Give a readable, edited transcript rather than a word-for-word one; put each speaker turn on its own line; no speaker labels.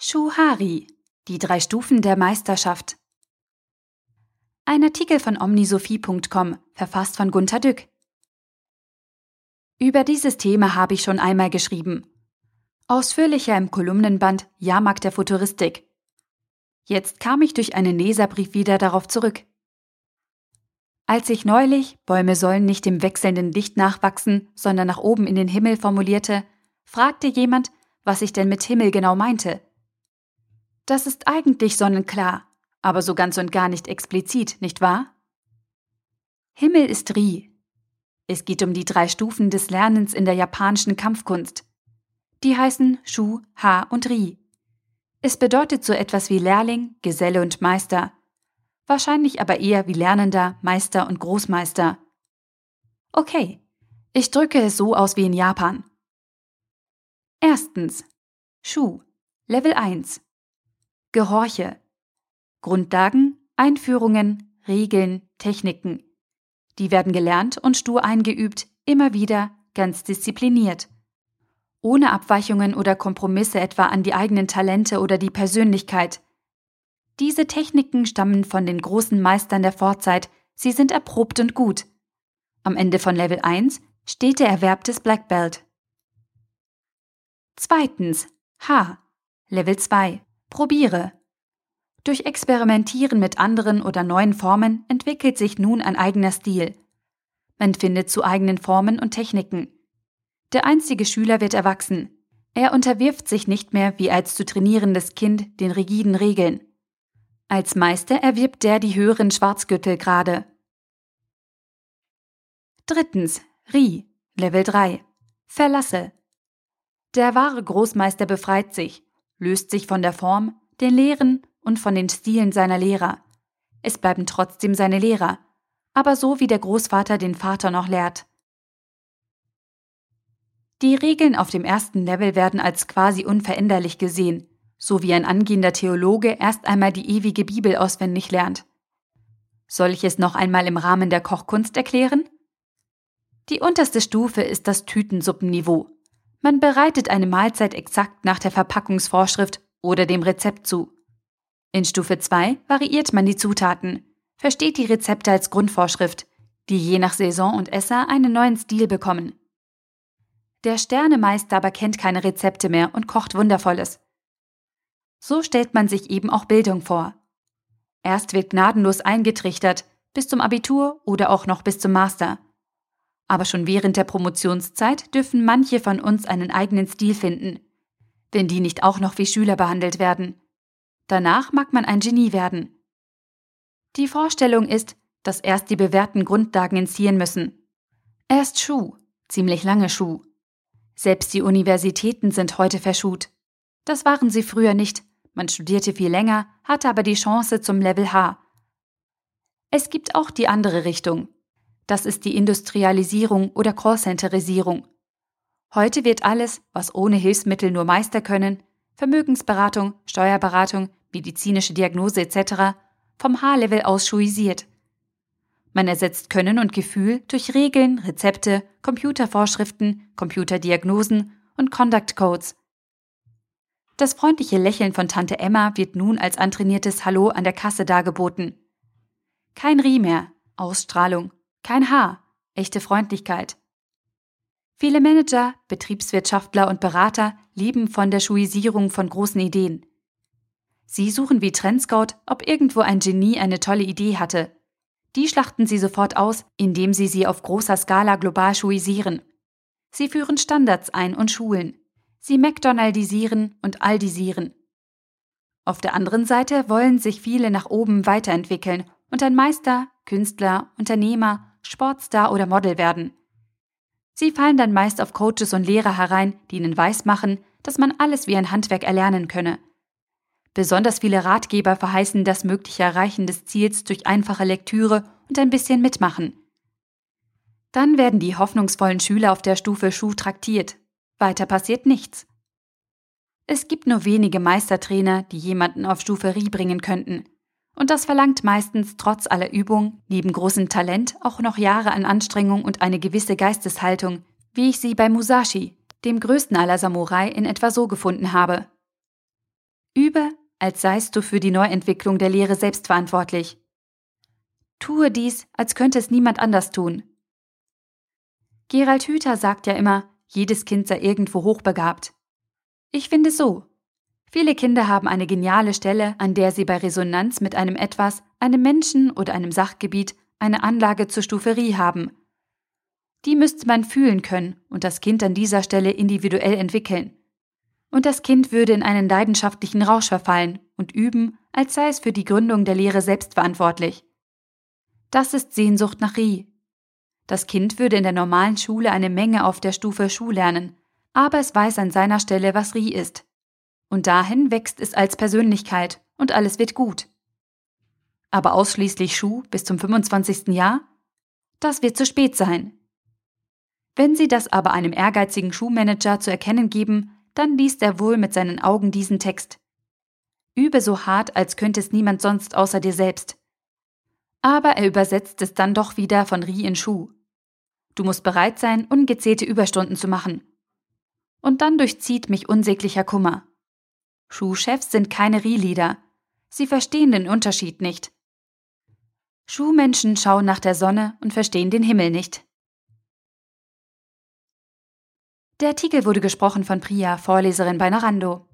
Shu-Hari, die 3 Stufen der Meisterschaft. Ein Artikel von omnisophie.com, verfasst von Gunter Dück. Über dieses Thema habe ich schon einmal geschrieben. Ausführlicher im Kolumnenband Jahrmarkt der Futuristik. Jetzt kam ich durch einen Leserbrief wieder darauf zurück. Als ich neulich, Bäume sollen nicht dem wechselnden Licht nachwachsen, sondern nach oben in den Himmel formulierte, fragte jemand, was ich denn mit Himmel genau meinte. Das ist eigentlich sonnenklar, aber so ganz und gar nicht explizit, nicht wahr? Himmel ist Ri. Es geht um die 3 Stufen des Lernens in der japanischen Kampfkunst. Die heißen Shu, Ha und Ri. Es bedeutet so etwas wie Lehrling, Geselle und Meister. Wahrscheinlich aber eher wie Lernender, Meister und Großmeister. Okay, ich drücke es so aus wie in Japan. Erstens. Shu, Level 1. Gehorche. Grundlagen, Einführungen, Regeln, Techniken. Die werden gelernt und stur eingeübt, immer wieder, ganz diszipliniert. Ohne Abweichungen oder Kompromisse etwa an die eigenen Talente oder die Persönlichkeit. Diese Techniken stammen von den großen Meistern der Vorzeit, sie sind erprobt und gut. Am Ende von Level 1 steht der Erwerb des Black Belt. Zweitens. Ha. Level 2. Probiere. Durch Experimentieren mit anderen oder neuen Formen entwickelt sich nun ein eigener Stil. Man findet zu eigenen Formen und Techniken. Der einzige Schüler wird erwachsen. Er unterwirft sich nicht mehr wie als zu trainierendes Kind den rigiden Regeln. Als Meister erwirbt der die höheren Schwarzgürtelgrade. Drittens. Ri. Level 3. Verlasse. Der wahre Großmeister befreit sich, löst sich von der Form, den Lehren und von den Stilen seiner Lehrer. Es bleiben trotzdem seine Lehrer, aber so wie der Großvater den Vater noch lehrt. Die Regeln auf dem ersten Level werden als quasi unveränderlich gesehen, so wie ein angehender Theologe erst einmal die ewige Bibel auswendig lernt. Soll ich es noch einmal im Rahmen der Kochkunst erklären? Die unterste Stufe ist das Tütensuppenniveau. Man bereitet eine Mahlzeit exakt nach der Verpackungsvorschrift oder dem Rezept zu. In Stufe 2 variiert man die Zutaten, versteht die Rezepte als Grundvorschrift, die je nach Saison und Esser einen neuen Stil bekommen. Der Sternemeister aber kennt keine Rezepte mehr und kocht Wundervolles. So stellt man sich eben auch Bildung vor. Erst wird gnadenlos eingetrichtert, bis zum Abitur oder auch noch bis zum Master. Aber schon während der Promotionszeit dürfen manche von uns einen eigenen Stil finden, wenn die nicht auch noch wie Schüler behandelt werden. Danach mag man ein Genie werden. Die Vorstellung ist, dass erst die bewährten Grundlagen ins Hirn müssen. Erst Shu, ziemlich lange Shu. Selbst die Universitäten sind heute verschut. Das waren sie früher nicht. Man studierte viel länger, hatte aber die Chance zum Level H. Es gibt auch die andere Richtung. Das ist die Industrialisierung oder Callcenterisierung. Heute wird alles, was ohne Hilfsmittel nur Meister können, Vermögensberatung, Steuerberatung, medizinische Diagnose etc., vom H-Level aus schuisiert. Man ersetzt Können und Gefühl durch Regeln, Rezepte, Computervorschriften, Computerdiagnosen und Conduct Codes. Das freundliche Lächeln von Tante Emma wird nun als antrainiertes Hallo an der Kasse dargeboten. Kein Ri mehr, Ausstrahlung. Kein H, echte Freundlichkeit. Viele Manager, Betriebswirtschaftler und Berater leben von der Schuisierung von großen Ideen. Sie suchen wie Trendscout, ob irgendwo ein Genie eine tolle Idee hatte. Die schlachten sie sofort aus, indem sie auf großer Skala global schuisieren. Sie führen Standards ein und schulen. Sie McDonaldisieren und Aldisieren. Auf der anderen Seite wollen sich viele nach oben weiterentwickeln und ein Meister, Künstler, Unternehmer, Sportstar oder Model werden. Sie fallen dann meist auf Coaches und Lehrer herein, die ihnen weismachen, dass man alles wie ein Handwerk erlernen könne. Besonders viele Ratgeber verheißen das mögliche Erreichen des Ziels durch einfache Lektüre und ein bisschen Mitmachen. Dann werden die hoffnungsvollen Schüler auf der Stufe Shu traktiert. Weiter passiert nichts. Es gibt nur wenige Meistertrainer, die jemanden auf Stufe Ri bringen könnten. Und das verlangt meistens trotz aller Übung, neben großem Talent, auch noch Jahre an Anstrengung und eine gewisse Geisteshaltung, wie ich sie bei Musashi, dem größten aller Samurai, in etwa so gefunden habe. Übe, als seist du für die Neuentwicklung der Lehre selbst verantwortlich. Tue dies, als könnte es niemand anders tun. Gerald Hüther sagt ja immer, jedes Kind sei irgendwo hochbegabt. Ich finde so. Viele Kinder haben eine geniale Stelle, an der sie bei Resonanz mit einem Etwas, einem Menschen oder einem Sachgebiet eine Anlage zur Stuferie haben. Die müsste man fühlen können und das Kind an dieser Stelle individuell entwickeln. Und das Kind würde in einen leidenschaftlichen Rausch verfallen und üben, als sei es für die Gründung der Lehre selbst verantwortlich. Das ist Sehnsucht nach Rie. Das Kind würde in der normalen Schule eine Menge auf der Stufe Schuh lernen, aber es weiß an seiner Stelle, was Rie ist. Und dahin wächst es als Persönlichkeit und alles wird gut. Aber ausschließlich Schuh bis zum 25. Jahr? Das wird zu spät sein. Wenn Sie das aber einem ehrgeizigen Schuhmanager zu erkennen geben, dann liest er wohl mit seinen Augen diesen Text. Übe so hart, als könnte es niemand sonst außer dir selbst. Aber er übersetzt es dann doch wieder von Rie in Schuh. Du musst bereit sein, ungezählte Überstunden zu machen. Und dann durchzieht mich unsäglicher Kummer. Schuhchefs sind keine Rie-Leader. Sie verstehen den Unterschied nicht. Schuhmenschen schauen nach der Sonne und verstehen den Himmel nicht. Der Artikel wurde gesprochen von Priya, Vorleserin bei Narando.